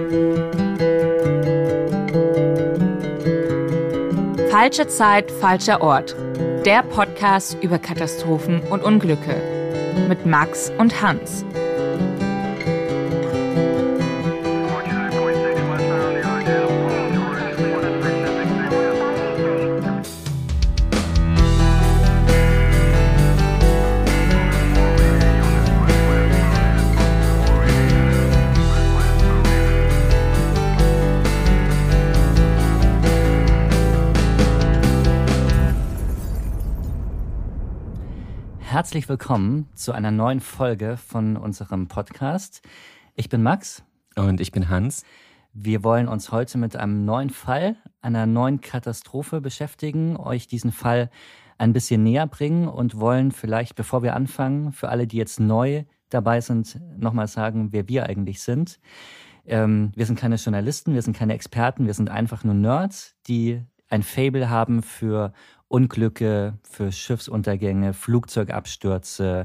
Falsche Zeit, falscher Ort. Der Podcast über Katastrophen und Unglücke. Mit Max und Hans. Herzlich willkommen zu einer neuen Folge von unserem Podcast. Ich bin Max. Und ich bin Hans. Wir wollen uns heute mit einem neuen Fall, einer neuen Katastrophe beschäftigen, euch diesen Fall ein bisschen näher bringen und wollen vielleicht, bevor wir anfangen, für alle, die jetzt neu dabei sind, nochmal sagen, wer wir eigentlich sind. Wir sind keine Journalisten, wir sind keine Experten, wir sind einfach nur Nerds, die ein Faible haben für Unglücke, für Schiffsuntergänge, Flugzeugabstürze,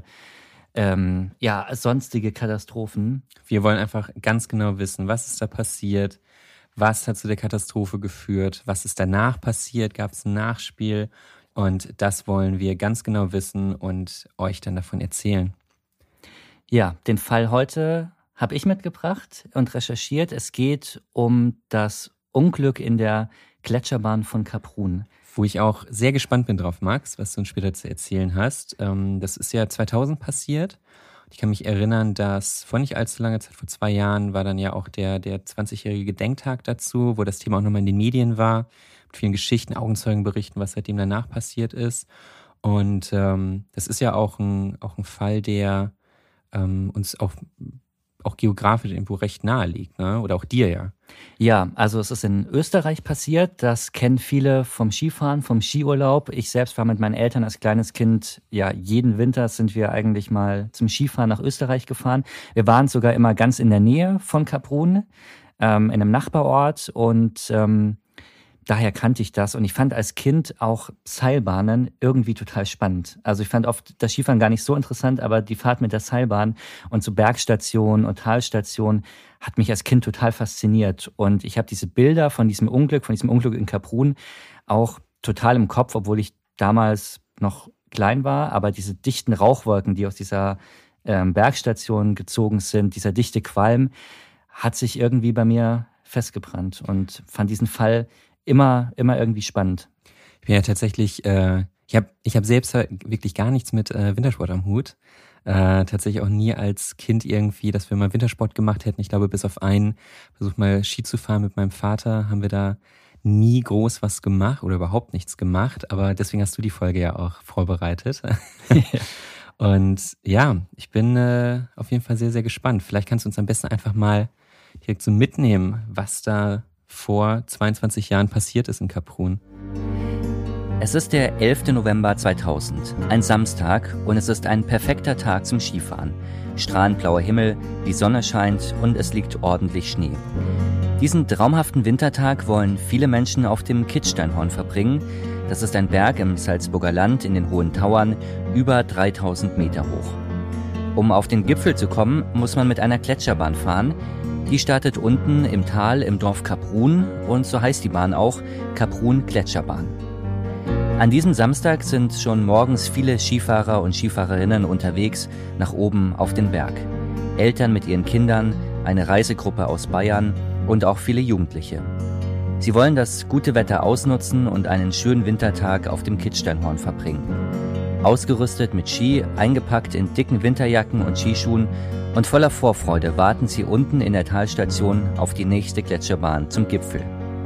sonstige Katastrophen. Wir wollen einfach ganz genau wissen, was ist da passiert, was hat zu der Katastrophe geführt, was ist danach passiert, gab es ein Nachspiel, und das wollen wir ganz genau wissen und euch dann davon erzählen. Ja, den Fall heute habe ich mitgebracht und recherchiert. Es geht um das Unglück in der Gletscherbahn von Kaprun. Wo ich auch sehr gespannt bin drauf, Max, was du uns später zu erzählen hast. Das ist ja 2000 passiert. Ich kann mich erinnern, dass vor nicht allzu langer Zeit, vor 2 Jahren, war dann ja auch der 20-jährige Gedenktag dazu, wo das Thema auch nochmal in den Medien war, mit vielen Geschichten, Augenzeugenberichten, was seitdem danach passiert ist. Und das ist ja auch ein Fall, der uns auch geografisch irgendwo recht nahe liegt, ne? Oder auch dir, ja. Ja, also es ist in Österreich passiert. Das kennen viele vom Skifahren, vom Skiurlaub. Ich selbst war mit meinen Eltern als kleines Kind, ja, jeden Winter sind wir eigentlich mal zum Skifahren nach Österreich gefahren. Wir waren sogar immer ganz in der Nähe von Kaprun, in einem Nachbarort, und daher kannte ich das, und ich fand als Kind auch Seilbahnen irgendwie total spannend. Also ich fand oft das Skifahren gar nicht so interessant, aber die Fahrt mit der Seilbahn und so Bergstationen und Talstationen hat mich als Kind total fasziniert. Und ich habe diese Bilder von diesem Unglück in Kaprun auch total im Kopf, obwohl ich damals noch klein war. Aber diese dichten Rauchwolken, die aus dieser Bergstation gezogen sind, dieser dichte Qualm, hat sich irgendwie bei mir festgebrannt, und fand diesen Fall immer irgendwie spannend. Ich bin ja tatsächlich, ich hab selbst wirklich gar nichts mit Wintersport am Hut. Tatsächlich auch nie als Kind irgendwie, dass wir mal Wintersport gemacht hätten. Ich glaube, bis auf einen Versuch mal Ski zu fahren mit meinem Vater, haben wir da nie groß was gemacht oder überhaupt nichts gemacht. Aber deswegen hast du die Folge ja auch vorbereitet. Und ja, ich bin auf jeden Fall sehr, sehr gespannt. Vielleicht kannst du uns am besten einfach mal direkt so mitnehmen, was da vor 22 Jahren passiert ist in Kaprun. Es ist der 11. November 2000, ein Samstag, und es ist ein perfekter Tag zum Skifahren. Strahlend blauer Himmel, die Sonne scheint und es liegt ordentlich Schnee. Diesen traumhaften Wintertag wollen viele Menschen auf dem Kitzsteinhorn verbringen. Das ist ein Berg im Salzburger Land in den Hohen Tauern, über 3000 Meter hoch. Um auf den Gipfel zu kommen, muss man mit einer Gletscherbahn fahren. Die startet unten im Tal im Dorf Kaprun, und so heißt die Bahn auch, Kaprun-Gletscherbahn. An diesem Samstag sind schon morgens viele Skifahrer und Skifahrerinnen unterwegs nach oben auf den Berg. Eltern mit ihren Kindern, eine Reisegruppe aus Bayern und auch viele Jugendliche. Sie wollen das gute Wetter ausnutzen und einen schönen Wintertag auf dem Kitzsteinhorn verbringen. Ausgerüstet mit Ski, eingepackt in dicken Winterjacken und Skischuhen und voller Vorfreude warten sie unten in der Talstation auf die nächste Gletscherbahn zum Gipfel.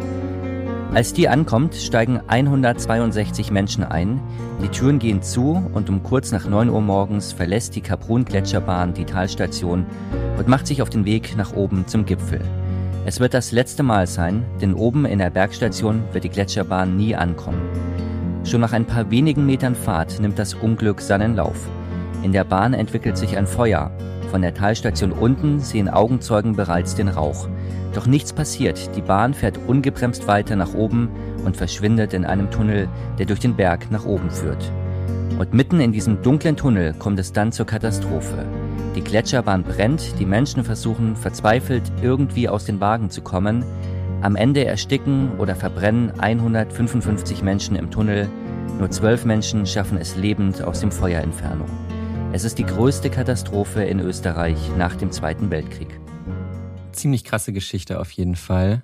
Als die ankommt, steigen 162 Menschen ein, die Türen gehen zu, und um kurz nach 9 Uhr morgens verlässt die Kaprun-Gletscherbahn die Talstation und macht sich auf den Weg nach oben zum Gipfel. Es wird das letzte Mal sein, denn oben in der Bergstation wird die Gletscherbahn nie ankommen. Schon nach ein paar wenigen Metern Fahrt nimmt das Unglück seinen Lauf. In der Bahn entwickelt sich ein Feuer. Von der Talstation unten sehen Augenzeugen bereits den Rauch. Doch nichts passiert, die Bahn fährt ungebremst weiter nach oben und verschwindet in einem Tunnel, der durch den Berg nach oben führt. Und mitten in diesem dunklen Tunnel kommt es dann zur Katastrophe. Die Gletscherbahn brennt, die Menschen versuchen verzweifelt irgendwie aus den Wagen zu kommen. Am Ende ersticken oder verbrennen 155 Menschen im Tunnel. Nur 12 Menschen schaffen es lebend aus dem Feuerinferno. Es ist die größte Katastrophe in Österreich nach dem Zweiten Weltkrieg. Ziemlich krasse Geschichte auf jeden Fall.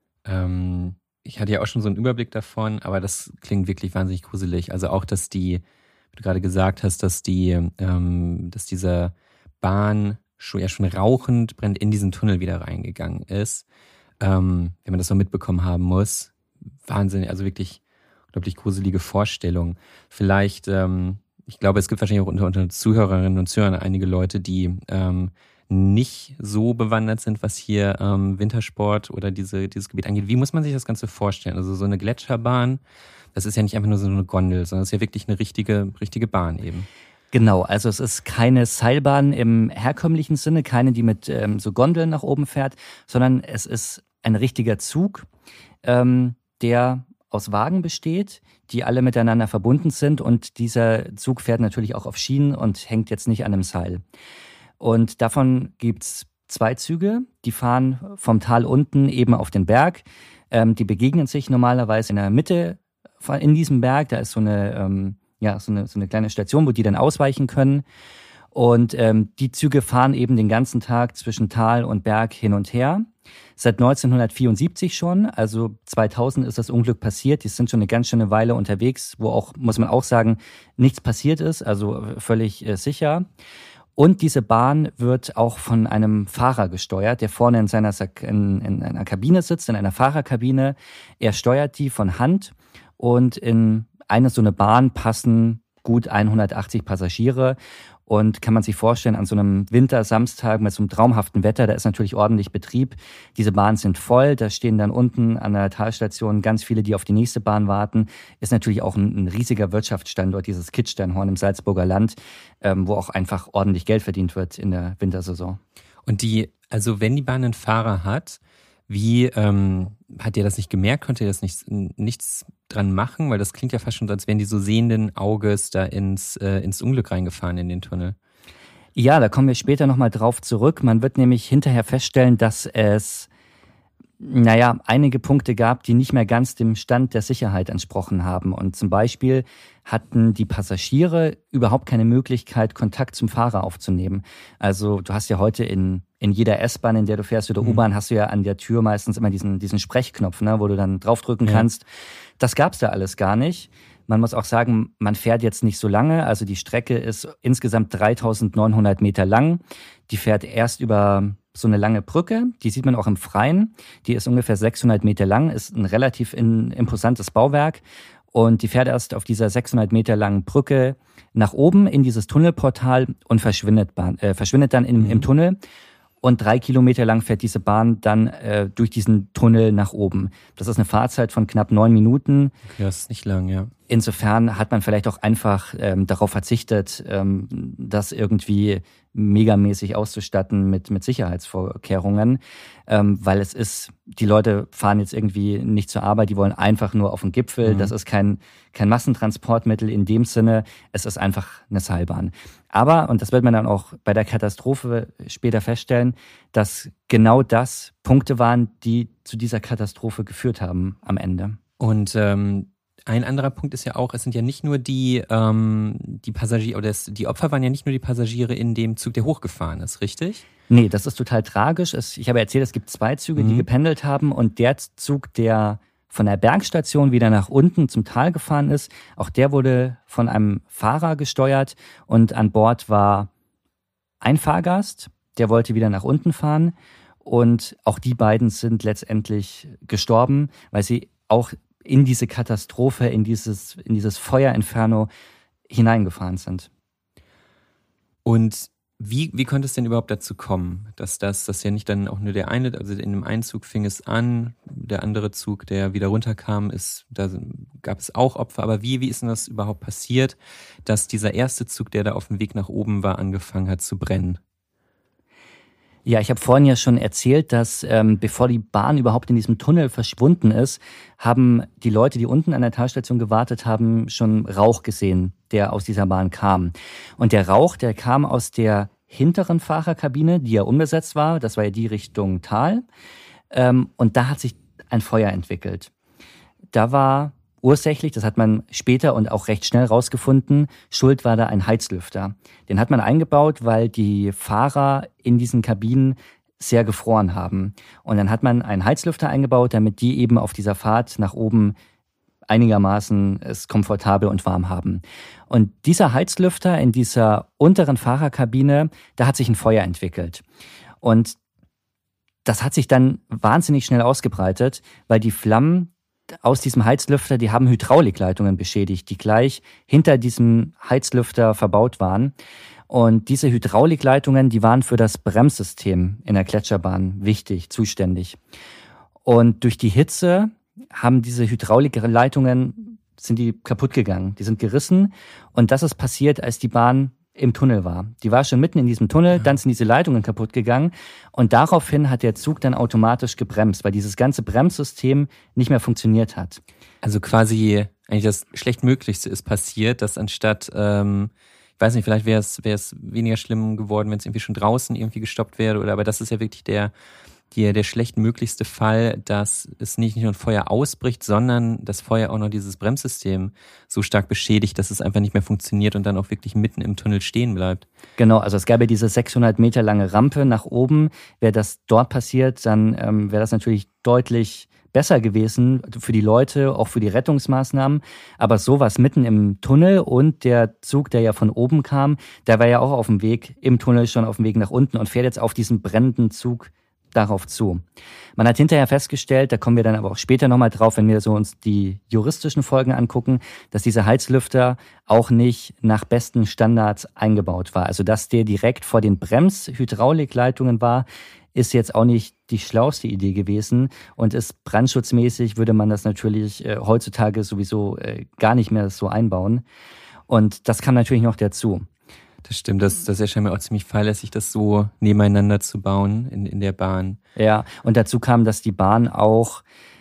Ich hatte ja auch schon so einen Überblick davon, aber das klingt wirklich wahnsinnig gruselig. Also auch, dass wie du gerade gesagt hast, dass diese Bahn schon rauchend brennt in diesen Tunnel wieder reingegangen ist. Wenn man das so mitbekommen haben muss. Wahnsinn, also wirklich unglaublich gruselige Vorstellung. Vielleicht, ich glaube, es gibt wahrscheinlich auch unter Zuhörerinnen und Zuhörern einige Leute, die nicht so bewandert sind, was hier Wintersport oder dieses Gebiet angeht. Wie muss man sich das Ganze vorstellen? Also so eine Gletscherbahn, das ist ja nicht einfach nur so eine Gondel, sondern es ist ja wirklich eine richtige Bahn eben. Genau, also es ist keine Seilbahn im herkömmlichen Sinne, keine, die mit so Gondeln nach oben fährt, sondern es ist ein richtiger Zug, der aus Wagen besteht, die alle miteinander verbunden sind, und dieser Zug fährt natürlich auch auf Schienen und hängt jetzt nicht an einem Seil. Und davon gibt's 2 Züge, die fahren vom Tal unten eben auf den Berg. Die begegnen sich normalerweise in der Mitte in diesem Berg. Da ist so eine kleine Station, wo die dann ausweichen können. Und die Züge fahren eben den ganzen Tag zwischen Tal und Berg hin und her. Seit 1974 schon, also 2000 ist das Unglück passiert. Die sind schon eine ganz schöne Weile unterwegs, wo auch, muss man auch sagen, nichts passiert ist, also völlig sicher. Und diese Bahn wird auch von einem Fahrer gesteuert, der vorne in einer Kabine sitzt, in einer Fahrerkabine. Er steuert die von Hand, und in so eine Bahn passen gut 180 Passagiere. Und kann man sich vorstellen, an so einem Wintersamstag mit so einem traumhaften Wetter, da ist natürlich ordentlich Betrieb. Diese Bahnen sind voll, da stehen dann unten an der Talstation ganz viele, die auf die nächste Bahn warten. Ist natürlich auch ein riesiger Wirtschaftsstandort, dieses Kitzsteinhorn im Salzburger Land, wo auch einfach ordentlich Geld verdient wird in der Wintersaison. Und also wenn die Bahn einen Fahrer hat, wie hat ihr das nicht gemerkt? Konnte ihr das nichts dran machen? Weil das klingt ja fast schon so, als wären die so sehenden Auges da ins Unglück reingefahren in den Tunnel. Ja, da kommen wir später nochmal drauf zurück. Man wird nämlich hinterher feststellen, dass es einige Punkte gab, die nicht mehr ganz dem Stand der Sicherheit entsprochen haben. Und zum Beispiel hatten die Passagiere überhaupt keine Möglichkeit, Kontakt zum Fahrer aufzunehmen. Also du hast ja heute in jeder S-Bahn, in der du fährst, oder U-Bahn, hast du ja an der Tür meistens immer diesen Sprechknopf, ne, wo du dann draufdrücken kannst. Das gab's da alles gar nicht. Man muss auch sagen, man fährt jetzt nicht so lange. Also die Strecke ist insgesamt 3.900 Meter lang. Die fährt erst über so eine lange Brücke, die sieht man auch im Freien. Die ist ungefähr 600 Meter lang, ist ein relativ imposantes Bauwerk. Und die fährt erst auf dieser 600 Meter langen Brücke nach oben in dieses Tunnelportal und verschwindet dann im Tunnel. Und 3 Kilometer lang fährt diese Bahn dann durch diesen Tunnel nach oben. Das ist eine Fahrzeit von knapp 9 Minuten. Okay, das ist nicht lang, ja. Insofern hat man vielleicht auch einfach darauf verzichtet, das irgendwie megamäßig auszustatten mit Sicherheitsvorkehrungen, weil die Leute fahren jetzt irgendwie nicht zur Arbeit, die wollen einfach nur auf den Gipfel. Das ist kein Massentransportmittel in dem Sinne, es ist einfach eine Seilbahn. Aber, und das wird man dann auch bei der Katastrophe später feststellen, dass genau das Punkte waren, die zu dieser Katastrophe geführt haben am Ende. Und ein anderer Punkt ist ja auch, es sind ja nicht nur die Passagiere, oder die Opfer waren ja nicht nur die Passagiere in dem Zug, der hochgefahren ist, richtig? Nee, das ist total tragisch. Ich habe erzählt, es gibt 2 Züge, die gependelt haben, und der Zug, der von der Bergstation wieder nach unten zum Tal gefahren ist, auch der wurde von einem Fahrer gesteuert, und an Bord war ein Fahrgast, der wollte wieder nach unten fahren, und auch die beiden sind letztendlich gestorben, weil sie auch in diese Katastrophe, in dieses Feuerinferno hineingefahren sind. Und wie konnte es denn überhaupt dazu kommen, dass das ja nicht dann auch nur der eine, also in dem einen Zug fing es an, der andere Zug, der wieder runterkam, da gab es auch Opfer, aber wie ist denn das überhaupt passiert, dass dieser erste Zug, der da auf dem Weg nach oben war, angefangen hat zu brennen? Ja, ich habe vorhin ja schon erzählt, dass bevor die Bahn überhaupt in diesem Tunnel verschwunden ist, haben die Leute, die unten an der Talstation gewartet haben, schon Rauch gesehen, der aus dieser Bahn kam. Und der Rauch, der kam aus der hinteren Fahrerkabine, die ja unbesetzt war. Das war ja die Richtung Tal. Und da hat sich ein Feuer entwickelt. Da war ursächlich, das hat man später und auch recht schnell rausgefunden, schuld war da ein Heizlüfter. Den hat man eingebaut, weil die Fahrer in diesen Kabinen sehr gefroren haben. Und dann hat man einen Heizlüfter eingebaut, damit die eben auf dieser Fahrt nach oben einigermaßen es komfortabel und warm haben. Und dieser Heizlüfter in dieser unteren Fahrerkabine, da hat sich ein Feuer entwickelt. Und das hat sich dann wahnsinnig schnell ausgebreitet, weil die Flammen aus diesem Heizlüfter, die haben Hydraulikleitungen beschädigt, die gleich hinter diesem Heizlüfter verbaut waren. Und diese Hydraulikleitungen, die waren für das Bremssystem in der Gletscherbahn wichtig, zuständig. Und durch die Hitze haben diese Hydraulikleitungen, sind die kaputt gegangen, die sind gerissen. Und das ist passiert, als die Bahn im Tunnel war. Die war schon mitten in diesem Tunnel, dann sind diese Leitungen kaputt gegangen und daraufhin hat der Zug dann automatisch gebremst, weil dieses ganze Bremssystem nicht mehr funktioniert hat. Also quasi eigentlich das Schlechtmöglichste ist passiert, dass anstatt, ich weiß nicht, vielleicht wäre es weniger schlimm geworden, wenn es irgendwie schon draußen irgendwie gestoppt wäre, aber das ist ja wirklich der schlechtmöglichste Fall, dass es nicht nur ein Feuer ausbricht, sondern das Feuer auch noch dieses Bremssystem so stark beschädigt, dass es einfach nicht mehr funktioniert und dann auch wirklich mitten im Tunnel stehen bleibt. Genau, also es gab ja diese 600 Meter lange Rampe nach oben. Wäre das dort passiert, dann wäre das natürlich deutlich besser gewesen für die Leute, auch für die Rettungsmaßnahmen. Aber sowas mitten im Tunnel und der Zug, der ja von oben kam, der war ja auch auf dem Weg im Tunnel, schon auf dem Weg nach unten und fährt jetzt auf diesen brennenden Zug darauf zu. Man hat hinterher festgestellt, da kommen wir dann aber auch später nochmal drauf, wenn wir so uns die juristischen Folgen angucken, dass dieser Heizlüfter auch nicht nach besten Standards eingebaut war. Also dass der direkt vor den Bremshydraulikleitungen war, ist jetzt auch nicht die schlauste Idee gewesen und ist brandschutzmäßig, würde man das natürlich heutzutage sowieso gar nicht mehr so einbauen. Und das kam natürlich noch dazu. Das stimmt, das erscheint mir auch ziemlich fahrlässig, das so nebeneinander zu bauen in der Bahn. Ja, und dazu kam, dass die Bahn auch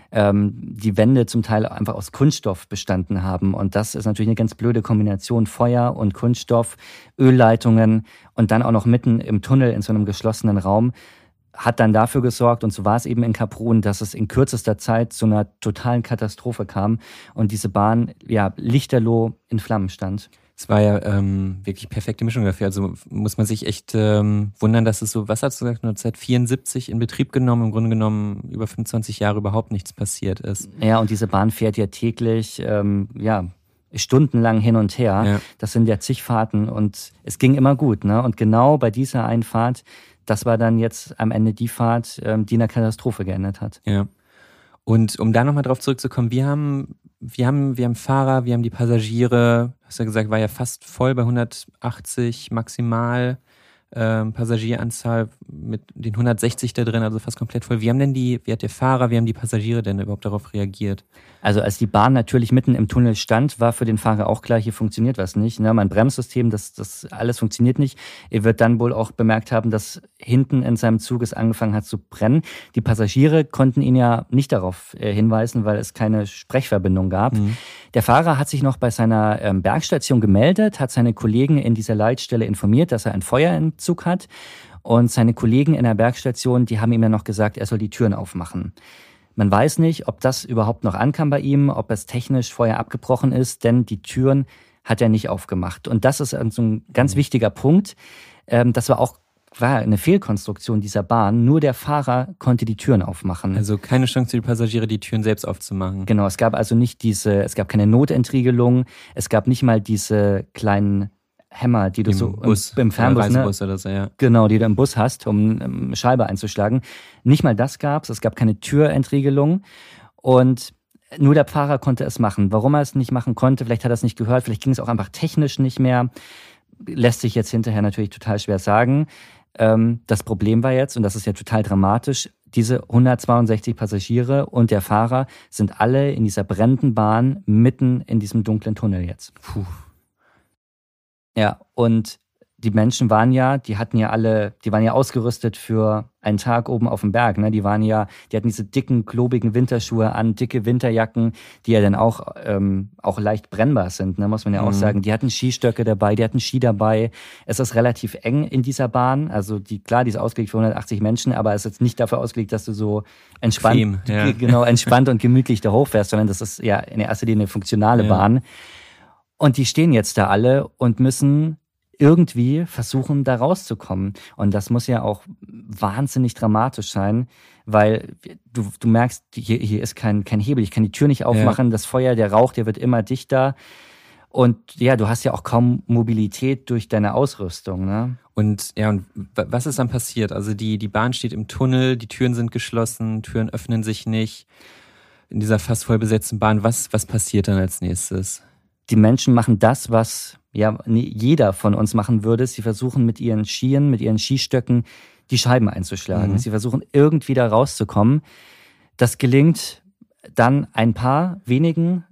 die Wände zum Teil einfach aus Kunststoff bestanden haben. Und das ist natürlich eine ganz blöde Kombination, Feuer und Kunststoff, Ölleitungen und dann auch noch mitten im Tunnel in so einem geschlossenen Raum. Hat dann dafür gesorgt, und so war es eben in Kaprun, dass es in kürzester Zeit zu einer totalen Katastrophe kam und diese Bahn ja lichterloh in Flammen stand. Es war ja wirklich perfekte Mischung dafür. Also muss man sich echt wundern, dass es so, was hast du gesagt, 1974 in Betrieb genommen, im Grunde genommen über 25 Jahre überhaupt nichts passiert ist. Ja, und diese Bahn fährt ja täglich, stundenlang hin und her. Ja. Das sind ja zig Fahrten und es ging immer gut, ne? Und genau bei dieser einen Fahrt, das war dann jetzt am Ende die Fahrt, die in einer Katastrophe geendet hat. Ja. Und um da nochmal drauf zurückzukommen, wir haben Fahrer, wir haben die Passagiere, hast du ja gesagt, war ja fast voll bei 180 maximal Passagieranzahl mit den 160 da drin, also fast komplett voll. Wie hat der Fahrer, wie haben die Passagiere denn überhaupt darauf reagiert? Also als die Bahn natürlich mitten im Tunnel stand, war für den Fahrer auch klar, hier funktioniert was nicht. Ne? Mein Bremssystem, das alles funktioniert nicht. Er wird dann wohl auch bemerkt haben, dass hinten in seinem Zug es angefangen hat zu brennen. Die Passagiere konnten ihn ja nicht darauf hinweisen, weil es keine Sprechverbindung gab. Mhm. Der Fahrer hat sich noch bei seiner Bergstation gemeldet, hat seine Kollegen in dieser Leitstelle informiert, dass er ein Feuer im Zug hat. Und seine Kollegen in der Bergstation, die haben ihm dann noch gesagt, er soll die Türen aufmachen. Man weiß nicht, ob das überhaupt noch ankam bei ihm, ob es technisch vorher abgebrochen ist, denn die Türen hat er nicht aufgemacht. Und das ist so ein ganz wichtiger Punkt. Das war eine Fehlkonstruktion dieser Bahn. Nur der Fahrer konnte die Türen aufmachen. Also keine Chance für die Passagiere, die Türen selbst aufzumachen. Genau, es gab also nicht es gab keine Notentriegelung, es gab nicht mal diese kleinen Hämmer, die du im Fernbus, Reisebus oder so, ja. Genau, die du im Bus hast, um Scheibe einzuschlagen. Nicht mal das gab's. Es gab keine Türentriegelung und nur der Fahrer konnte es machen. Warum er es nicht machen konnte, vielleicht hat er es nicht gehört, vielleicht ging es auch einfach technisch nicht mehr. Lässt sich jetzt hinterher natürlich total schwer sagen. Das Problem war jetzt, und das ist ja total dramatisch, diese 162 Passagiere und der Fahrer sind alle in dieser brennenden Bahn mitten in diesem dunklen Tunnel jetzt. Puh. Ja, und die Menschen waren ja ausgerüstet für einen Tag oben auf dem Berg. Ne? Die hatten diese dicken, klobigen Winterschuhe an, dicke Winterjacken, die ja dann auch leicht brennbar sind, ne? Muss man ja auch sagen. Die hatten Skistöcke dabei, die hatten Ski dabei. Es ist relativ eng in dieser Bahn. Also die ist ausgelegt für 180 Menschen, aber es ist jetzt nicht dafür ausgelegt, dass du so entspannt und gemütlich da hochfährst, sondern das ist ja in erster Linie eine funktionale Bahn. Und die stehen jetzt da alle und müssen irgendwie versuchen, da rauszukommen. Und das muss ja auch wahnsinnig dramatisch sein, weil du merkst, hier ist kein Hebel, ich kann die Tür nicht aufmachen, das Feuer, der Rauch, der wird immer dichter. Und ja, du hast ja auch kaum Mobilität durch deine Ausrüstung, ne? Und was ist dann passiert? Also die Bahn steht im Tunnel, die Türen sind geschlossen, Türen öffnen sich nicht. In dieser fast voll besetzten Bahn, was passiert dann als nächstes? Die Menschen machen das, was jeder von uns machen würde. Sie versuchen mit ihren Skien, mit ihren Skistöcken die Scheiben einzuschlagen. Sie versuchen irgendwie da rauszukommen. Das gelingt dann ein paar wenigen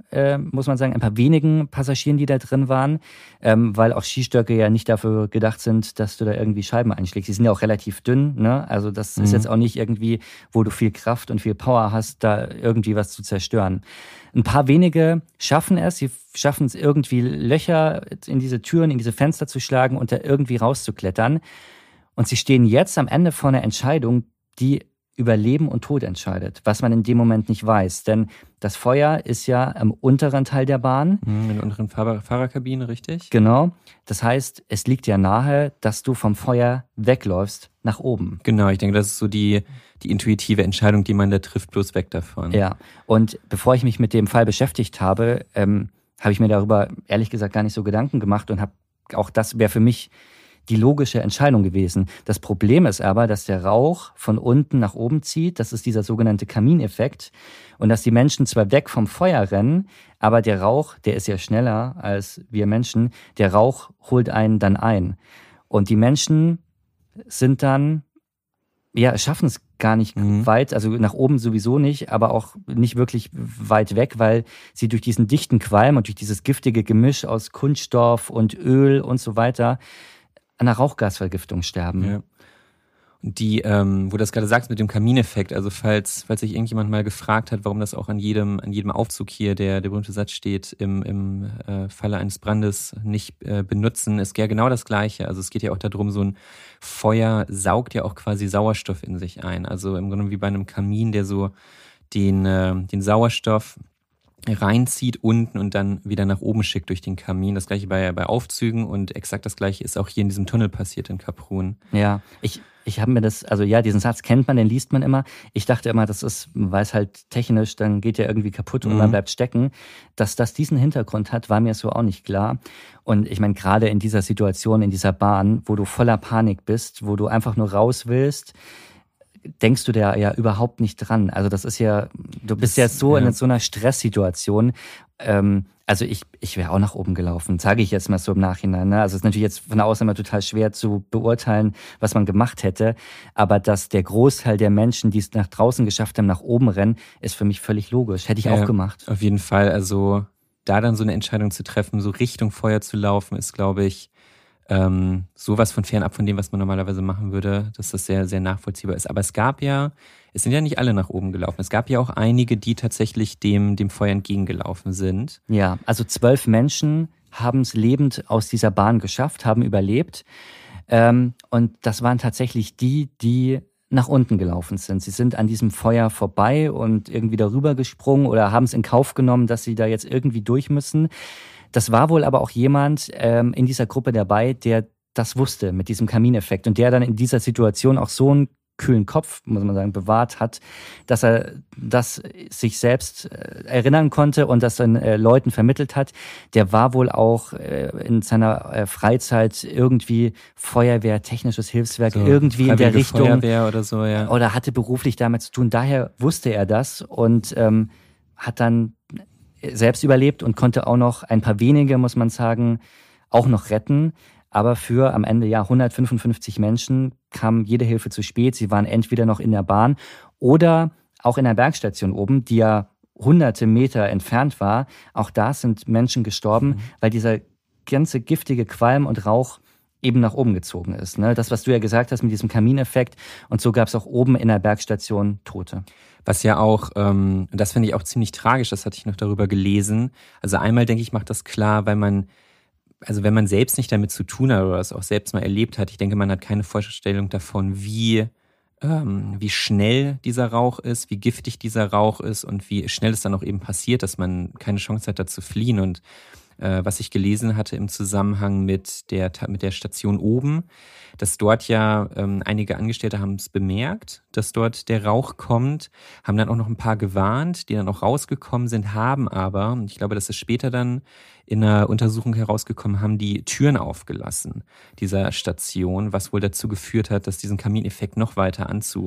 Passagieren, die da drin waren, weil auch Skistöcke ja nicht dafür gedacht sind, dass du da irgendwie Scheiben einschlägst. Die sind ja auch relativ dünn, ne? Also das ist jetzt auch nicht irgendwie, wo du viel Kraft und viel Power hast, da irgendwie was zu zerstören. Ein paar wenige schaffen es, sie schaffen es irgendwie Löcher in diese Türen, in diese Fenster zu schlagen und da irgendwie rauszuklettern. Und sie stehen jetzt am Ende vor einer Entscheidung, die über Leben und Tod entscheidet, was man in dem Moment nicht weiß. Denn das Feuer ist ja im unteren Teil der Bahn. In der unteren Fahrerkabine, richtig? Genau. Das heißt, es liegt ja nahe, dass du vom Feuer wegläufst nach oben. Genau, ich denke, das ist so die intuitive Entscheidung, die man da trifft, bloß weg davon. Ja, und bevor ich mich mit dem Fall beschäftigt habe, habe ich mir darüber ehrlich gesagt gar nicht so Gedanken gemacht und das wäre für mich die logische Entscheidung gewesen. Das Problem ist aber, dass der Rauch von unten nach oben zieht. Das ist dieser sogenannte Kamineffekt. Und dass die Menschen zwar weg vom Feuer rennen, aber der Rauch, der ist ja schneller als wir Menschen, der Rauch holt einen dann ein. Und die Menschen sind dann, schaffen es gar nicht weit, also nach oben sowieso nicht, aber auch nicht wirklich weit weg, weil sie durch diesen dichten Qualm und durch dieses giftige Gemisch aus Kunststoff und Öl und so weiter an einer Rauchgasvergiftung sterben. Ja. Und wo du das gerade sagst mit dem Kamineffekt, also falls sich irgendjemand mal gefragt hat, warum das auch an jedem Aufzug hier der berühmte Satz steht, im Falle eines Brandes nicht benutzen, ist ja genau das Gleiche. Also es geht ja auch darum, so ein Feuer saugt ja auch quasi Sauerstoff in sich ein. Also im Grunde wie bei einem Kamin, der so den Sauerstoff reinzieht unten und dann wieder nach oben schickt durch den Kamin. Das gleiche bei Aufzügen und exakt das gleiche ist auch hier in diesem Tunnel passiert in Kaprun. Ja, ich habe mir diesen Satz kennt man, den liest man immer. Ich dachte immer, das ist, weil es halt technisch, dann geht der irgendwie kaputt und man bleibt stecken. Dass das diesen Hintergrund hat, war mir so auch nicht klar. Und ich meine, gerade in dieser Situation, in dieser Bahn, wo du voller Panik bist, wo du einfach nur raus willst, denkst du da ja überhaupt nicht dran. Also das ist ja, du bist ja so in so einer Stresssituation. Also ich wäre auch nach oben gelaufen, sage ich jetzt mal so im Nachhinein. Ne? Also es ist natürlich jetzt von außen immer total schwer zu beurteilen, was man gemacht hätte. Aber dass der Großteil der Menschen, die es nach draußen geschafft haben, nach oben rennen, ist für mich völlig logisch. Hätte ich auch gemacht. Auf jeden Fall. Also da dann so eine Entscheidung zu treffen, so Richtung Feuer zu laufen, ist, glaube ich, sowas von fernab von dem, was man normalerweise machen würde, dass das sehr, sehr nachvollziehbar ist. Aber es sind ja nicht alle nach oben gelaufen. Es gab ja auch einige, die tatsächlich dem Feuer entgegengelaufen sind. Ja, also 12 Menschen haben es lebend aus dieser Bahn geschafft, haben überlebt. Und das waren tatsächlich die nach unten gelaufen sind. Sie sind an diesem Feuer vorbei und irgendwie darüber gesprungen oder haben es in Kauf genommen, dass sie da jetzt irgendwie durch müssen. Das war wohl aber auch jemand in dieser Gruppe dabei, der das wusste mit diesem Kamineffekt und der dann in dieser Situation auch so einen kühlen Kopf, muss man sagen, bewahrt hat, dass er das sich selbst erinnern konnte und das dann Leuten vermittelt hat. Der war wohl auch in seiner Freizeit irgendwie Feuerwehr, technisches Hilfswerk, so, irgendwie in der Richtung. Feuerwehr oder so, ja. Oder hatte beruflich damit zu tun. Daher wusste er das und hat dann selbst überlebt und konnte auch noch ein paar wenige, muss man sagen, auch noch retten. Aber für am Ende 155 Menschen kam jede Hilfe zu spät. Sie waren entweder noch in der Bahn oder auch in der Bergstation oben, die ja hunderte Meter entfernt war. Auch da sind Menschen gestorben, weil dieser ganze giftige Qualm und Rauch eben nach oben gezogen ist. Ne? Das, was du ja gesagt hast mit diesem Kamineffekt. Und so gab es auch oben in der Bergstation Tote. Was ja auch, das finde ich auch ziemlich tragisch, das hatte ich noch darüber gelesen. Also einmal, denke ich, macht das klar, weil man, also wenn man selbst nicht damit zu tun hat oder es auch selbst mal erlebt hat, ich denke, man hat keine Vorstellung davon, wie schnell dieser Rauch ist, wie giftig dieser Rauch ist und wie schnell es dann auch eben passiert, dass man keine Chance hat, da zu fliehen. Und was ich gelesen hatte im Zusammenhang mit der Station oben, dass dort ja einige Angestellte haben es bemerkt, dass dort der Rauch kommt, haben dann auch noch ein paar gewarnt, die dann auch rausgekommen sind, haben aber, und ich glaube, das ist später dann in einer Untersuchung herausgekommen, haben die Türen aufgelassen dieser Station, was wohl dazu geführt hat, dass diesen Kamineffekt noch weiter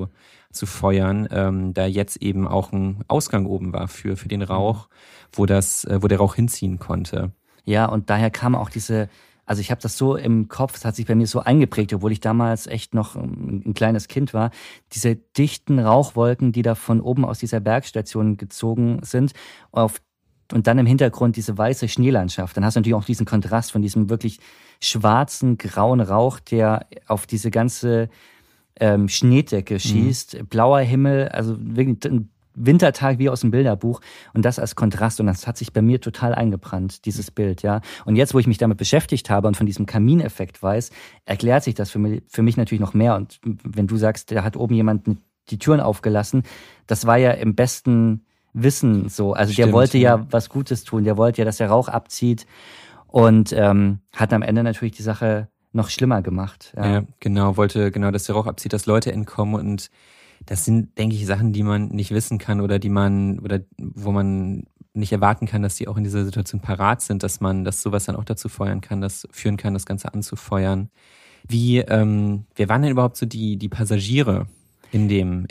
anzufeuern, da jetzt eben auch ein Ausgang oben war für den Rauch, wo der Rauch hinziehen konnte. Ja, und daher kam auch also ich habe das so im Kopf, es hat sich bei mir so eingeprägt, obwohl ich damals echt noch ein kleines Kind war, diese dichten Rauchwolken, die da von oben aus dieser Bergstation gezogen sind, und dann im Hintergrund diese weiße Schneelandschaft. Dann hast du natürlich auch diesen Kontrast von diesem wirklich schwarzen, grauen Rauch, der auf diese ganze Schneedecke schießt, blauer Himmel, also wirklich ein Wintertag wie aus dem Bilderbuch, und das als Kontrast, und das hat sich bei mir total eingebrannt, dieses Bild, ja. Und jetzt, wo ich mich damit beschäftigt habe und von diesem Kamineffekt weiß, erklärt sich das für mich natürlich noch mehr. Und wenn du sagst, da hat oben jemand die Türen aufgelassen, das war ja im besten Wissen so. Also der wollte ja was Gutes tun, der wollte ja, dass der Rauch abzieht, und hat am Ende natürlich die Sache noch schlimmer gemacht. Ja, genau, wollte genau, dass der Rauch abzieht, dass Leute entkommen, und das sind, denke ich, Sachen, die man nicht wissen kann oder wo man nicht erwarten kann, dass die auch in dieser Situation parat sind, dass sowas dann auch dazu führen kann, das Ganze anzufeuern. Wer waren denn überhaupt so die Passagiere in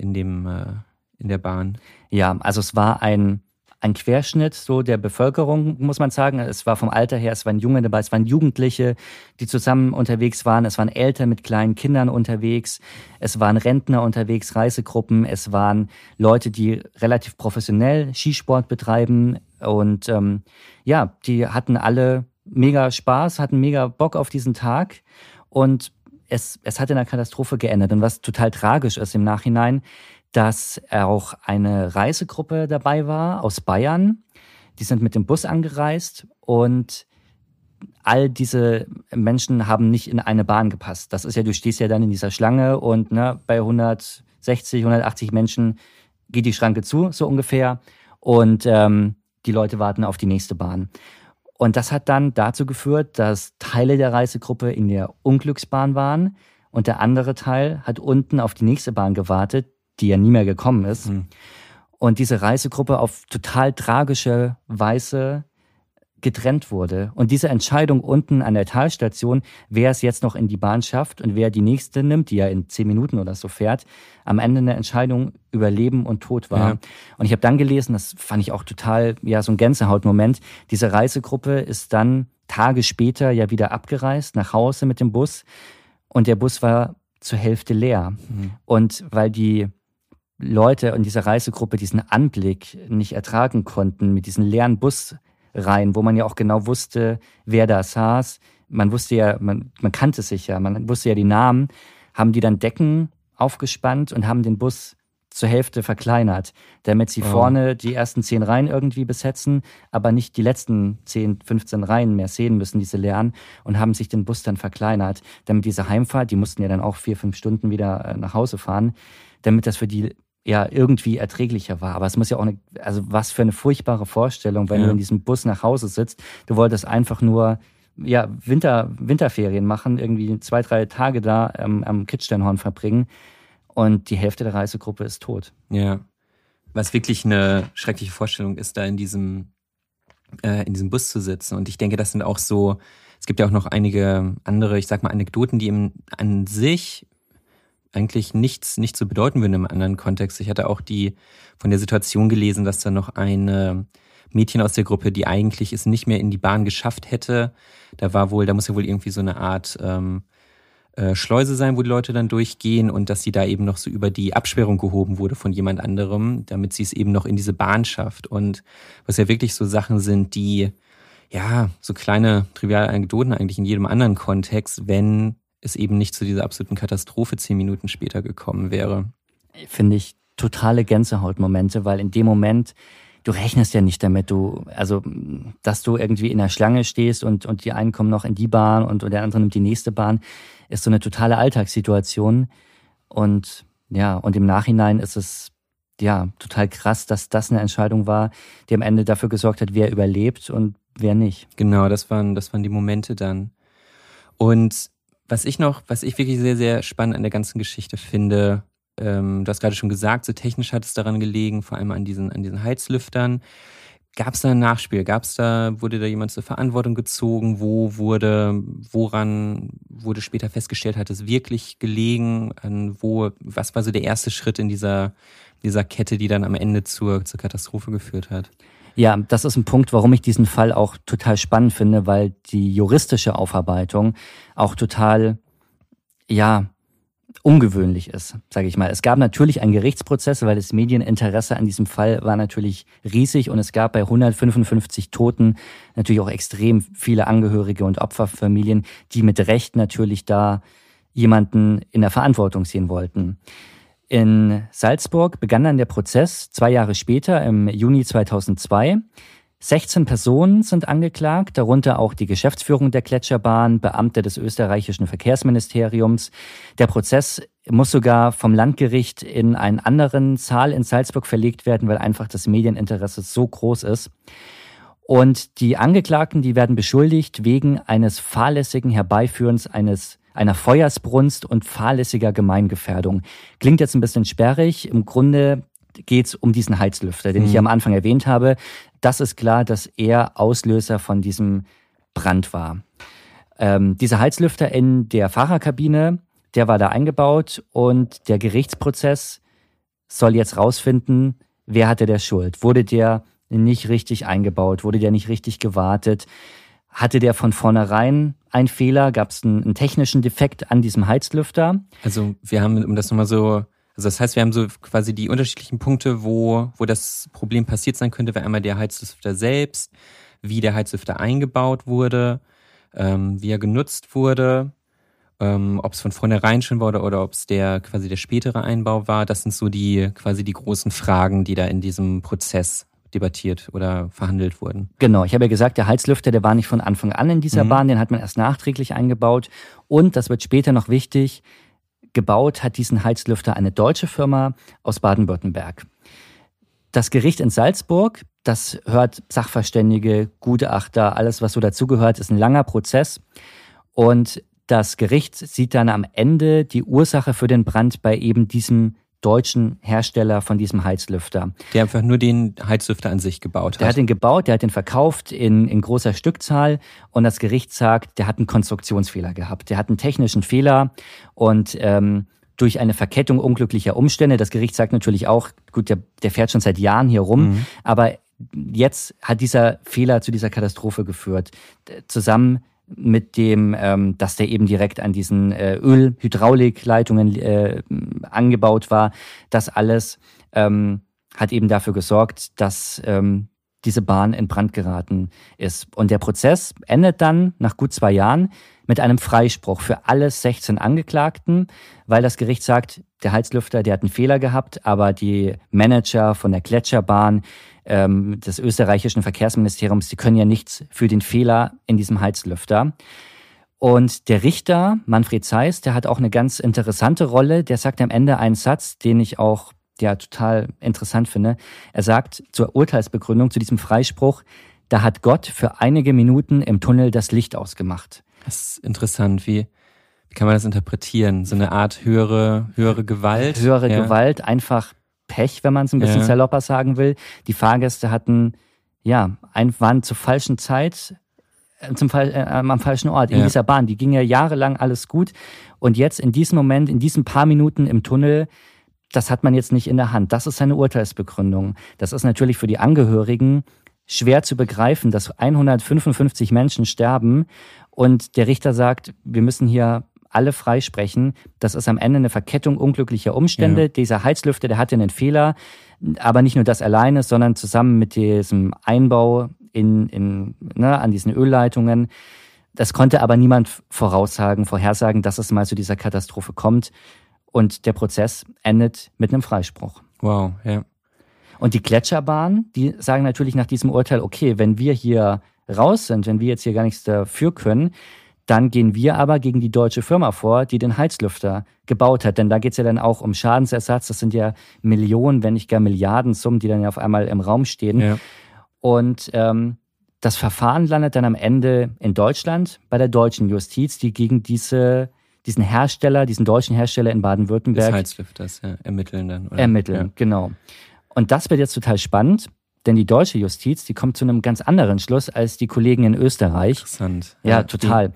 der Bahn? Ja, also es war ein Querschnitt so der Bevölkerung, muss man sagen. Es war vom Alter her, es waren Junge dabei, es waren Jugendliche, die zusammen unterwegs waren, es waren Eltern mit kleinen Kindern unterwegs, es waren Rentner unterwegs, Reisegruppen, es waren Leute, die relativ professionell Skisport betreiben, und die hatten alle mega Spaß, hatten mega Bock auf diesen Tag, und es hat in einer Katastrophe geendet. Und was total tragisch ist im Nachhinein, dass auch eine Reisegruppe dabei war aus Bayern. Die sind mit dem Bus angereist, und all diese Menschen haben nicht in eine Bahn gepasst. Das ist ja, du stehst ja dann in dieser Schlange, und bei 160, 180 Menschen geht die Schranke zu, so ungefähr. Und die Leute warten auf die nächste Bahn. Und das hat dann dazu geführt, dass Teile der Reisegruppe in der Unglücksbahn waren, und der andere Teil hat unten auf die nächste Bahn gewartet, die ja nie mehr gekommen ist. Und diese Reisegruppe auf total tragische Weise getrennt wurde. Und diese Entscheidung unten an der Talstation, wer es jetzt noch in die Bahn schafft und wer die nächste nimmt, die ja in 10 Minuten oder so fährt, am Ende eine Entscheidung über Leben und Tod war. Ja. Und ich habe dann gelesen, das fand ich auch total, so ein Gänsehautmoment, diese Reisegruppe ist dann Tage später ja wieder abgereist, nach Hause mit dem Bus, und der Bus war zur Hälfte leer. Und weil die Leute in dieser Reisegruppe diesen Anblick nicht ertragen konnten mit diesen leeren Busreihen, wo man ja auch genau wusste, wer da saß. Man wusste ja, man kannte sich ja, man wusste ja die Namen, haben die dann Decken aufgespannt und haben den Bus zur Hälfte verkleinert, damit sie vorne die ersten 10 Reihen irgendwie besetzen, aber nicht die letzten 10, 15 Reihen mehr sehen müssen, diese leeren, und haben sich den Bus dann verkleinert, damit diese Heimfahrt, die mussten ja dann auch 4, 5 Stunden wieder nach Hause fahren, damit das für die ja irgendwie erträglicher war. Aber es muss ja auch was für eine furchtbare Vorstellung, wenn du in diesem Bus nach Hause sitzt. Du wolltest einfach nur Winterferien machen, irgendwie 2, 3 Tage da am Kitzsteinhorn verbringen, und die Hälfte der Reisegruppe ist tot. Ja, was wirklich eine schreckliche Vorstellung ist, da in diesem Bus zu sitzen. Und ich denke, das sind auch so, es gibt ja auch noch einige andere, ich sag mal, Anekdoten, die an sich eigentlich nicht so bedeuten würden im anderen Kontext. Ich hatte auch von der Situation gelesen, dass da noch ein Mädchen aus der Gruppe, die eigentlich es nicht mehr in die Bahn geschafft hätte. Da muss ja wohl irgendwie so eine Art Schleuse sein, wo die Leute dann durchgehen, und dass sie da eben noch so über die Absperrung gehoben wurde von jemand anderem, damit sie es eben noch in diese Bahn schafft. Und was ja wirklich so Sachen sind, die ja, so kleine, triviale Anekdoten eigentlich in jedem anderen Kontext, wenn es eben nicht zu dieser absoluten Katastrophe 10 Minuten später gekommen wäre. Finde ich totale Gänsehautmomente, weil in dem Moment, du rechnest ja nicht damit, dass du irgendwie in der Schlange stehst und die einen kommen noch in die Bahn und der andere nimmt die nächste Bahn, ist so eine totale Alltagssituation. Und im Nachhinein ist es total krass, dass das eine Entscheidung war, die am Ende dafür gesorgt hat, wer überlebt und wer nicht. Genau, das waren die Momente dann. Und was ich wirklich sehr, sehr spannend an der ganzen Geschichte finde, du hast gerade schon gesagt, so technisch hat es daran gelegen, vor allem an diesen Heizlüftern. Gab es da ein Nachspiel? Wurde da jemand zur Verantwortung gezogen? Woran wurde später festgestellt, hat es wirklich gelegen? Was war so der erste Schritt in dieser Kette, die dann am Ende zur Katastrophe geführt hat? Ja, das ist ein Punkt, warum ich diesen Fall auch total spannend finde, weil die juristische Aufarbeitung auch total, ungewöhnlich ist, sage ich mal. Es gab natürlich einen Gerichtsprozess, weil das Medieninteresse an diesem Fall war natürlich riesig und es gab bei 155 Toten natürlich auch extrem viele Angehörige und Opferfamilien, die mit Recht natürlich da jemanden in der Verantwortung sehen wollten. In Salzburg begann dann der Prozess 2 Jahre später, im Juni 2002. 16 Personen sind angeklagt, darunter auch die Geschäftsführung der Gletscherbahn, Beamte des österreichischen Verkehrsministeriums. Der Prozess muss sogar vom Landgericht in einen anderen Saal in Salzburg verlegt werden, weil einfach das Medieninteresse so groß ist. Und die Angeklagten, die werden beschuldigt wegen eines fahrlässigen Herbeiführens einer Feuersbrunst und fahrlässiger Gemeingefährdung. Klingt jetzt ein bisschen sperrig. Im Grunde geht es um diesen Heizlüfter, den ich ja am Anfang erwähnt habe. Das ist klar, dass er Auslöser von diesem Brand war. Dieser Heizlüfter in der Fahrerkabine, der war da eingebaut und der Gerichtsprozess soll jetzt rausfinden, wer hatte der Schuld. Wurde der nicht richtig eingebaut? Wurde der nicht richtig gewartet? Hatte der von vornherein einen Fehler? Gab es einen technischen Defekt an diesem Heizlüfter? Also wir haben, um das nochmal so... Also das heißt, wir haben so quasi die unterschiedlichen Punkte, wo das Problem passiert sein könnte, wäre einmal der Heizlüfter selbst, wie der Heizlüfter eingebaut wurde, wie er genutzt wurde, ob es von vornherein schon war oder ob es der spätere Einbau war. Das sind so die großen Fragen, die da in diesem Prozess debattiert oder verhandelt wurden. Genau, ich habe ja gesagt, der Heizlüfter, der war nicht von Anfang an in dieser Bahn, den hat man erst nachträglich eingebaut und, das wird später noch wichtig, gebaut hat diesen Heizlüfter eine deutsche Firma aus Baden-Württemberg. Das Gericht in Salzburg, das hört Sachverständige, Gutachter, alles was so dazugehört, ist ein langer Prozess. Und das Gericht sieht dann am Ende die Ursache für den Brand bei eben diesem deutschen Hersteller von diesem Heizlüfter. Der einfach nur den Heizlüfter an sich gebaut hat. Der hat den gebaut, der hat den verkauft in großer Stückzahl und das Gericht sagt, der hat einen Konstruktionsfehler gehabt. Der hat einen technischen Fehler und durch eine Verkettung unglücklicher Umstände, das Gericht sagt natürlich auch, gut, der fährt schon seit Jahren hier rum, aber jetzt hat dieser Fehler zu dieser Katastrophe geführt. Zusammen mit dem, dass der eben direkt an diesen Ölhydraulikleitungen angebaut war. Das alles hat eben dafür gesorgt, dass diese Bahn in Brand geraten ist. Und der Prozess endet dann nach gut 2 Jahren mit einem Freispruch für alle 16 Angeklagten, weil das Gericht sagt, der Heizlüfter, der hat einen Fehler gehabt, aber die Manager von der Gletscherbahn, des österreichischen Verkehrsministeriums, die können ja nichts für den Fehler in diesem Heizlüfter. Und der Richter, Manfred Zeiss, der hat auch eine ganz interessante Rolle. Der sagt am Ende einen Satz, den ich auch total interessant finde. Er sagt zur Urteilsbegründung, zu diesem Freispruch, da hat Gott für einige Minuten im Tunnel das Licht ausgemacht. Das ist interessant. Wie kann man das interpretieren? So eine Art höhere Gewalt? Höhere Gewalt, einfach Pech, wenn man es ein bisschen salopper sagen will. Die Fahrgäste hatten, waren zur falschen Zeit am falschen Ort, in dieser Bahn. Die ging ja jahrelang alles gut. Und jetzt in diesem Moment, in diesen paar Minuten im Tunnel, das hat man jetzt nicht in der Hand. Das ist seine Urteilsbegründung. Das ist natürlich für die Angehörigen schwer zu begreifen, dass 155 Menschen sterben und der Richter sagt, wir müssen hier alle freisprechen. Das ist am Ende eine Verkettung unglücklicher Umstände. Ja. Dieser Heizlüfter, der hatte einen Fehler, aber nicht nur das alleine, sondern zusammen mit diesem Einbau an diesen Ölleitungen. Das konnte aber niemand vorhersagen, dass es mal zu dieser Katastrophe kommt. Und der Prozess endet mit einem Freispruch. Wow, ja. Und die Gletscherbahn, die sagen natürlich nach diesem Urteil, okay, wenn wir hier raus sind, wenn wir jetzt hier gar nichts dafür können, dann gehen wir aber gegen die deutsche Firma vor, die den Heizlüfter gebaut hat. Denn da geht es ja dann auch um Schadensersatz. Das sind ja Millionen, wenn nicht gar Milliardensummen, die dann ja auf einmal im Raum stehen. Ja. Und das Verfahren landet dann am Ende in Deutschland bei der deutschen Justiz, die gegen diesen deutschen Hersteller in Baden-Württemberg des Heizlüfters, ermitteln dann. Oder? Ermitteln, genau. Und das wird jetzt total spannend, denn die deutsche Justiz, die kommt zu einem ganz anderen Schluss als die Kollegen in Österreich. Interessant. Ja, total.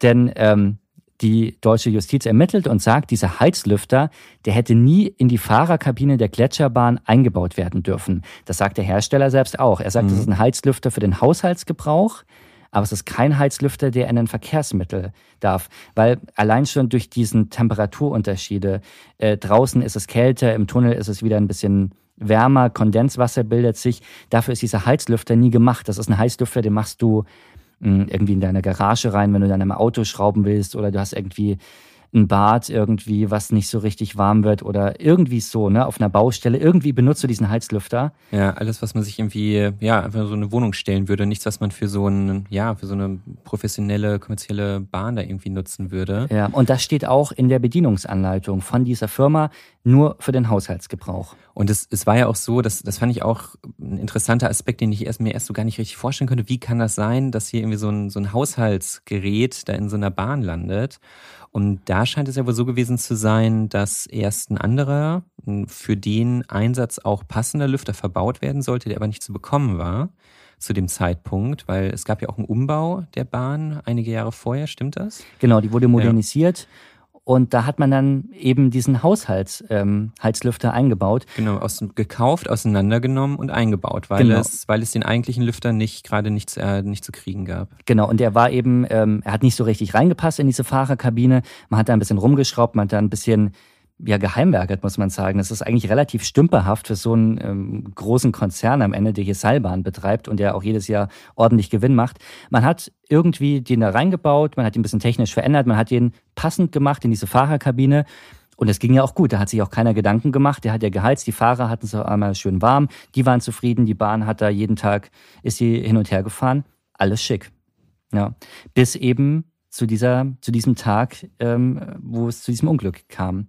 Denn die deutsche Justiz ermittelt und sagt, dieser Heizlüfter, der hätte nie in die Fahrerkabine der Gletscherbahn eingebaut werden dürfen. Das sagt der Hersteller selbst auch. Er sagt, das ist ein Heizlüfter für den Haushaltsgebrauch, aber es ist kein Heizlüfter, der in ein Verkehrsmittel darf. Weil allein schon durch diesen Temperaturunterschiede, draußen ist es kälter, im Tunnel ist es wieder ein bisschen wärmer, Kondenswasser bildet sich. Dafür ist dieser Heizlüfter nie gemacht. Das ist ein Heizlüfter, den machst du irgendwie in deine Garage rein, wenn du dann am Auto schrauben willst, oder du hast irgendwie ein Bad irgendwie, was nicht so richtig warm wird oder irgendwie so, ne, auf einer Baustelle. Irgendwie benutzt du diesen Heizlüfter. Ja, alles, was man sich irgendwie, einfach so eine Wohnung stellen würde. Nichts, was man für so eine professionelle, kommerzielle Bahn da irgendwie nutzen würde. Ja, und das steht auch in der Bedienungsanleitung von dieser Firma nur für den Haushaltsgebrauch. Und es war ja auch so, das fand ich auch ein interessanter Aspekt, den ich mir erst so gar nicht richtig vorstellen konnte. Wie kann das sein, dass hier irgendwie so ein Haushaltsgerät da in so einer Bahn landet? Und da scheint es ja wohl so gewesen zu sein, dass erst ein anderer, für den Einsatz auch passender Lüfter verbaut werden sollte, der aber nicht zu bekommen war zu dem Zeitpunkt, weil es gab ja auch einen Umbau der Bahn einige Jahre vorher, stimmt das? Genau, die wurde modernisiert. Ja. Und da hat man dann eben diesen Heizlüfter eingebaut. Genau, gekauft, auseinandergenommen und eingebaut, weil es den eigentlichen Lüfter nicht zu kriegen gab. Genau, und er war eben, er hat nicht so richtig reingepasst in diese Fahrerkabine. Man hat da ein bisschen rumgeschraubt, man hat da ein bisschen geheimwerkert, muss man sagen. Das ist eigentlich relativ stümperhaft für so einen großen Konzern am Ende, der hier Seilbahn betreibt und der auch jedes Jahr ordentlich Gewinn macht. Man hat irgendwie den da reingebaut, man hat ihn ein bisschen technisch verändert, man hat ihn passend gemacht in diese Fahrerkabine. Und es ging ja auch gut, da hat sich auch keiner Gedanken gemacht. Der hat ja geheizt, die Fahrer hatten es einmal schön warm, die waren zufrieden, die Bahn hat da jeden Tag, ist sie hin und her gefahren. Alles schick. Ja. Bis eben zu diesem Tag, wo es zu diesem Unglück kam.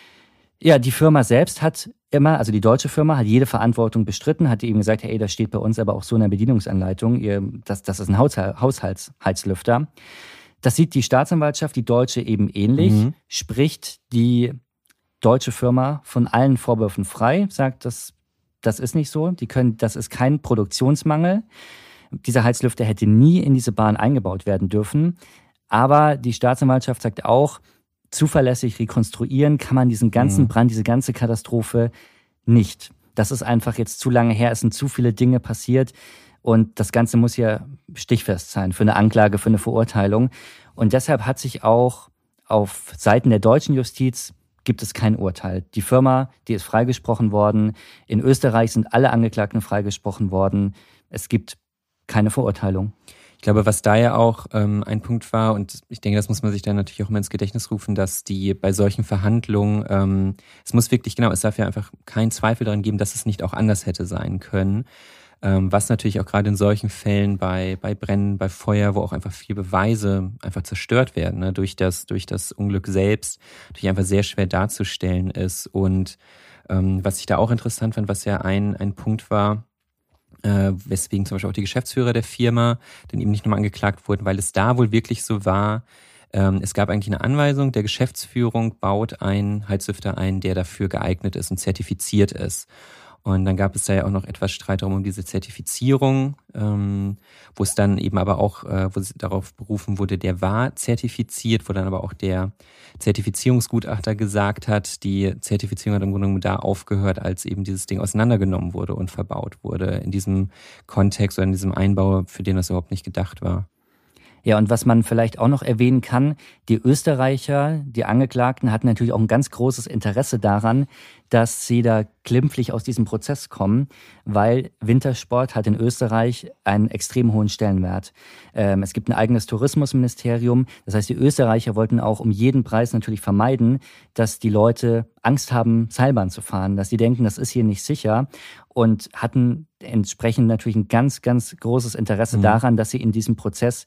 Ja, die Firma selbst also die deutsche Firma hat jede Verantwortung bestritten, hat eben gesagt, hey, das steht bei uns aber auch so in der Bedienungsanleitung, das ist ein Haushaltsheizlüfter. Das sieht die Staatsanwaltschaft, die deutsche, eben ähnlich, spricht die deutsche Firma von allen Vorwürfen frei, sagt, das ist nicht so, das ist kein Produktionsmangel. Dieser Heizlüfter hätte nie in diese Bahn eingebaut werden dürfen, aber die Staatsanwaltschaft sagt auch, zuverlässig rekonstruieren kann man diesen ganzen Brand, diese ganze Katastrophe nicht. Das ist einfach jetzt zu lange her, es sind zu viele Dinge passiert und das Ganze muss ja stichfest sein für eine Anklage, für eine Verurteilung. Und deshalb hat sich auch auf Seiten der deutschen Justiz gibt es kein Urteil. Die Firma, die ist freigesprochen worden. In Österreich sind alle Angeklagten freigesprochen worden. Es gibt keine Verurteilung. Ich glaube, was da ja auch ein Punkt war, und ich denke, das muss man sich dann natürlich auch immer ins Gedächtnis rufen, dass die bei solchen Verhandlungen, es muss wirklich, es darf ja einfach keinen Zweifel daran geben, dass es nicht auch anders hätte sein können. Was natürlich auch gerade in solchen Fällen bei Brennen, bei Feuer, wo auch einfach viele Beweise einfach zerstört werden, ne, durch das Unglück selbst, natürlich einfach sehr schwer darzustellen ist. Und was ich da auch interessant fand, was ja ein Punkt war, weswegen zum Beispiel auch die Geschäftsführer der Firma dann eben nicht nochmal angeklagt wurden, weil es da wohl wirklich so war, es gab eigentlich eine Anweisung, der Geschäftsführung baut einen Heizlüfter ein, der dafür geeignet ist und zertifiziert ist. Und dann gab es da ja auch noch etwas Streit um diese Zertifizierung, wo es dann eben aber auch, wo darauf berufen wurde, der war zertifiziert, wo dann aber auch der Zertifizierungsgutachter gesagt hat, die Zertifizierung hat im Grunde genommen da aufgehört, als eben dieses Ding auseinandergenommen wurde und verbaut wurde, in diesem Kontext oder in diesem Einbau, für den das überhaupt nicht gedacht war. Ja, und was man vielleicht auch noch erwähnen kann, die Österreicher, die Angeklagten, hatten natürlich auch ein ganz großes Interesse daran, dass sie da glimpflich aus diesem Prozess kommen, weil Wintersport hat in Österreich einen extrem hohen Stellenwert. Es gibt ein eigenes Tourismusministerium. Das heißt, die Österreicher wollten auch um jeden Preis natürlich vermeiden, dass die Leute Angst haben, Seilbahn zu fahren, dass sie denken, das ist hier nicht sicher, und hatten entsprechend natürlich ein ganz, ganz großes Interesse daran, dass sie in diesem Prozess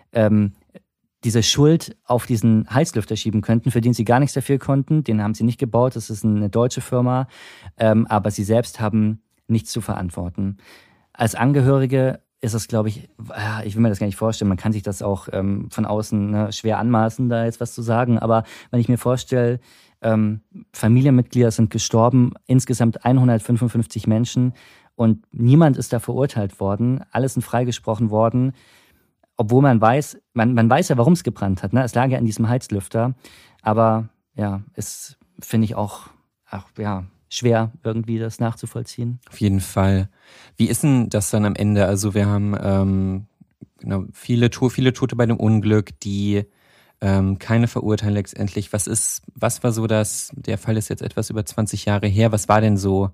diese Schuld auf diesen Heizlüfter schieben könnten, für den sie gar nichts dafür konnten. Den haben sie nicht gebaut, das ist eine deutsche Firma, aber sie selbst haben nichts zu verantworten. Als Angehörige ist es, glaube ich will mir das gar nicht vorstellen, man kann sich das auch von außen schwer anmaßen, da jetzt was zu sagen, aber wenn ich mir vorstelle, Familienmitglieder sind gestorben, insgesamt 155 Menschen, und niemand ist da verurteilt worden, alle sind freigesprochen worden, obwohl man weiß ja, warum es gebrannt hat. Ne? Es lag ja an diesem Heizlüfter. Aber ja, es finde ich auch schwer, irgendwie das nachzuvollziehen. Auf jeden Fall. Wie ist denn das dann am Ende? Also wir haben viele Tote bei dem Unglück, die keine Verurteilung letztendlich. Was war so der Fall ist jetzt etwas über 20 Jahre her. Was war denn so,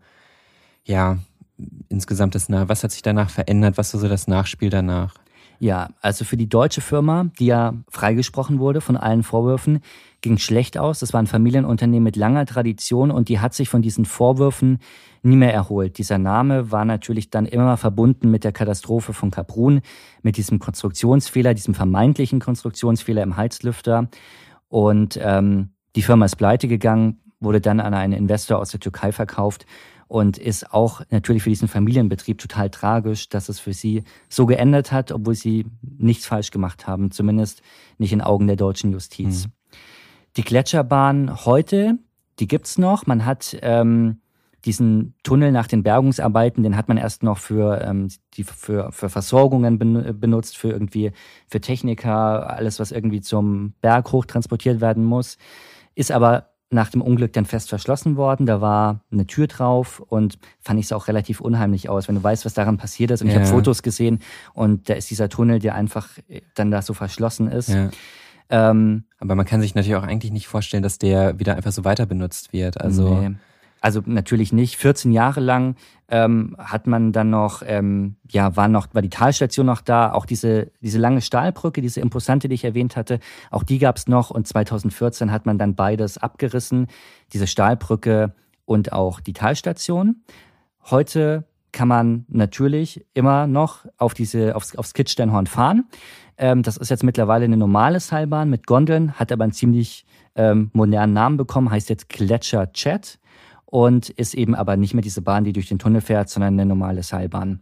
insgesamt was hat sich danach verändert? Was war so das Nachspiel danach? Ja, also für die deutsche Firma, die ja freigesprochen wurde von allen Vorwürfen, ging schlecht aus. Das war ein Familienunternehmen mit langer Tradition und die hat sich von diesen Vorwürfen nie mehr erholt. Dieser Name war natürlich dann immer verbunden mit der Katastrophe von Kaprun, mit diesem Konstruktionsfehler, diesem vermeintlichen Konstruktionsfehler im Heizlüfter. Und die Firma ist pleite gegangen, wurde dann an einen Investor aus der Türkei verkauft. Und ist auch natürlich für diesen Familienbetrieb total tragisch, dass es für sie so geändert hat, obwohl sie nichts falsch gemacht haben, zumindest nicht in Augen der deutschen Justiz. Die Gletscherbahn heute, die gibt's noch. Man hat diesen Tunnel nach den Bergungsarbeiten, den hat man erst noch für Versorgungen benutzt, für Techniker, alles, was irgendwie zum Berg hoch transportiert werden muss, ist aber nach dem Unglück dann fest verschlossen worden. Da war eine Tür drauf und fand ich es auch relativ unheimlich aus, wenn du weißt, was daran passiert ist. Und ich habe Fotos gesehen und da ist dieser Tunnel, der einfach dann da so verschlossen ist. Ja. Aber man kann sich natürlich auch eigentlich nicht vorstellen, dass der wieder einfach so weiter benutzt wird. Also natürlich nicht. 14 Jahre lang hat man dann noch, war die Talstation noch da, auch diese lange Stahlbrücke, diese imposante, die ich erwähnt hatte, auch die gab's noch, und 2014 hat man dann beides abgerissen, diese Stahlbrücke und auch die Talstation. Heute kann man natürlich immer noch aufs Kitzsteinhorn fahren. Das ist jetzt mittlerweile eine normale Seilbahn mit Gondeln, hat aber einen ziemlich modernen Namen bekommen, heißt jetzt Gletscher Chat. Und ist eben aber nicht mehr diese Bahn, die durch den Tunnel fährt, sondern eine normale Seilbahn.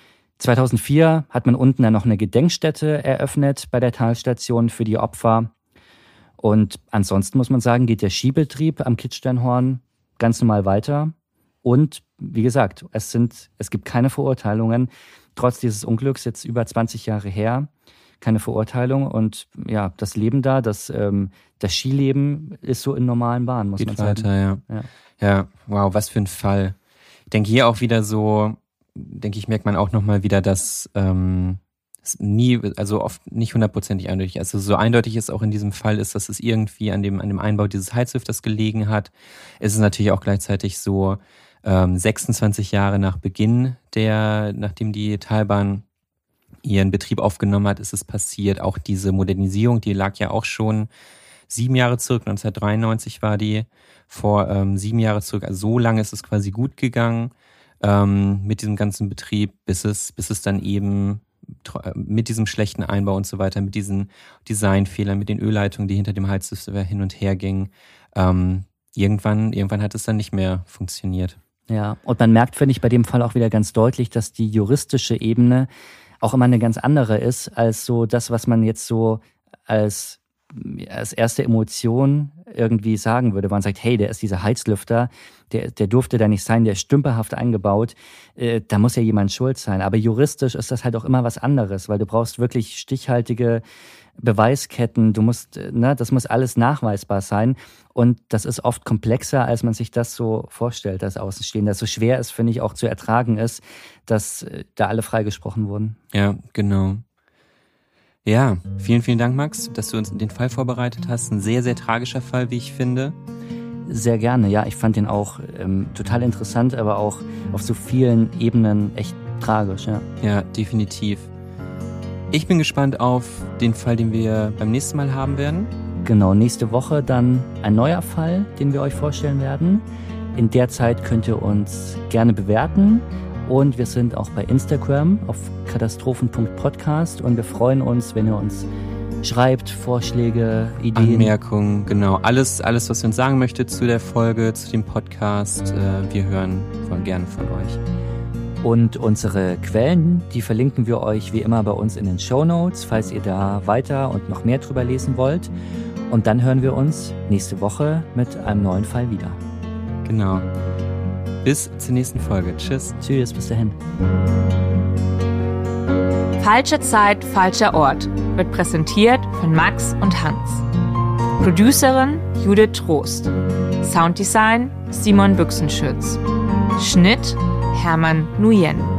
2004 hat man unten dann noch eine Gedenkstätte eröffnet bei der Talstation für die Opfer. Und ansonsten muss man sagen, geht der Skibetrieb am Kitzsteinhorn ganz normal weiter. Und wie gesagt, es gibt keine Verurteilungen. Trotz dieses Unglücks, jetzt über 20 Jahre her, keine Verurteilung. Und ja, das Leben da, das Skileben ist so in normalen Bahnen, muss man sagen. Geht weiter, ja. Ja, wow, was für ein Fall. Ich denke hier auch wieder so, merkt man auch nochmal wieder, dass es oft nicht hundertprozentig eindeutig. Also so eindeutig es auch in diesem Fall ist, dass es irgendwie an dem Einbau dieses Heizlüfters gelegen hat. Es ist natürlich auch gleichzeitig so 26 Jahre nach Beginn nachdem die Talbahn ihren Betrieb aufgenommen hat, ist es passiert. Auch diese Modernisierung, die lag ja auch schon 7 Jahre zurück, 1993 war die, vor 7 Jahre zurück. Also so lange ist es quasi gut gegangen mit diesem ganzen Betrieb, bis es dann eben mit diesem schlechten Einbau und so weiter, mit diesen Designfehlern, mit den Ölleitungen, die hinter dem Heizlüfter hin und her gingen, irgendwann hat es dann nicht mehr funktioniert. Ja, und man merkt, finde ich, bei dem Fall auch wieder ganz deutlich, dass die juristische Ebene auch immer eine ganz andere ist, als so das, was man jetzt so als erste Emotion irgendwie sagen würde. Man sagt, hey, der ist dieser Heizlüfter, der durfte da nicht sein, der ist stümperhaft eingebaut, da muss ja jemand schuld sein. Aber juristisch ist das halt auch immer was anderes, weil du brauchst wirklich stichhaltige Beweisketten, das muss alles nachweisbar sein, und das ist oft komplexer, als man sich das so vorstellt, als Außenstehender. So schwer es, finde ich, auch zu ertragen ist, dass da alle freigesprochen wurden. Ja, genau. Ja, vielen Dank, Max, dass du uns den Fall vorbereitet hast. Ein sehr, sehr tragischer Fall, wie ich finde. Sehr gerne, ja. Ich fand den auch total interessant, aber auch auf so vielen Ebenen echt tragisch, ja. Ja, definitiv. Ich bin gespannt auf den Fall, den wir beim nächsten Mal haben werden. Genau, nächste Woche dann ein neuer Fall, den wir euch vorstellen werden. In der Zeit könnt ihr uns gerne bewerten. Und wir sind auch bei Instagram auf katastrophen.podcast und wir freuen uns, wenn ihr uns schreibt, Vorschläge, Ideen. Anmerkungen, genau. Alles, was ihr uns sagen möchtet zu der Folge, zu dem Podcast. Wir hören gerne von euch. Und unsere Quellen, die verlinken wir euch wie immer bei uns in den Shownotes, falls ihr da weiter und noch mehr drüber lesen wollt. Und dann hören wir uns nächste Woche mit einem neuen Fall wieder. Genau. Bis zur nächsten Folge. Tschüss. Tschüss, bis dahin. Falsche Zeit, falscher Ort wird präsentiert von Max und Hans. Producerin Judith Trost. Sounddesign Simon Büchsenschütz. Schnitt Hermann Nguyen.